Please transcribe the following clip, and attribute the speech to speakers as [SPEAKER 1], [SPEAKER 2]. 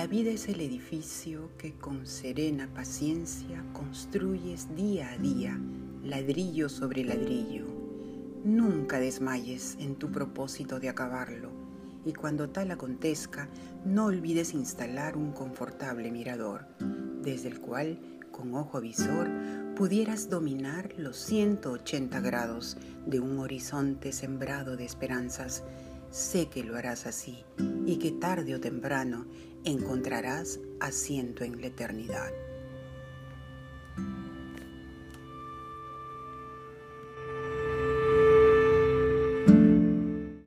[SPEAKER 1] La vida es el edificio que con serena paciencia construyes día a día, ladrillo sobre ladrillo. Nunca desmayes en tu propósito de acabarlo, y cuando tal acontezca, no olvides instalar un confortable mirador, desde el cual, con ojo visor, pudieras dominar los 180 grados de un horizonte sembrado de esperanzas. Sé que lo harás así y que tarde o temprano encontrarás asiento en la eternidad.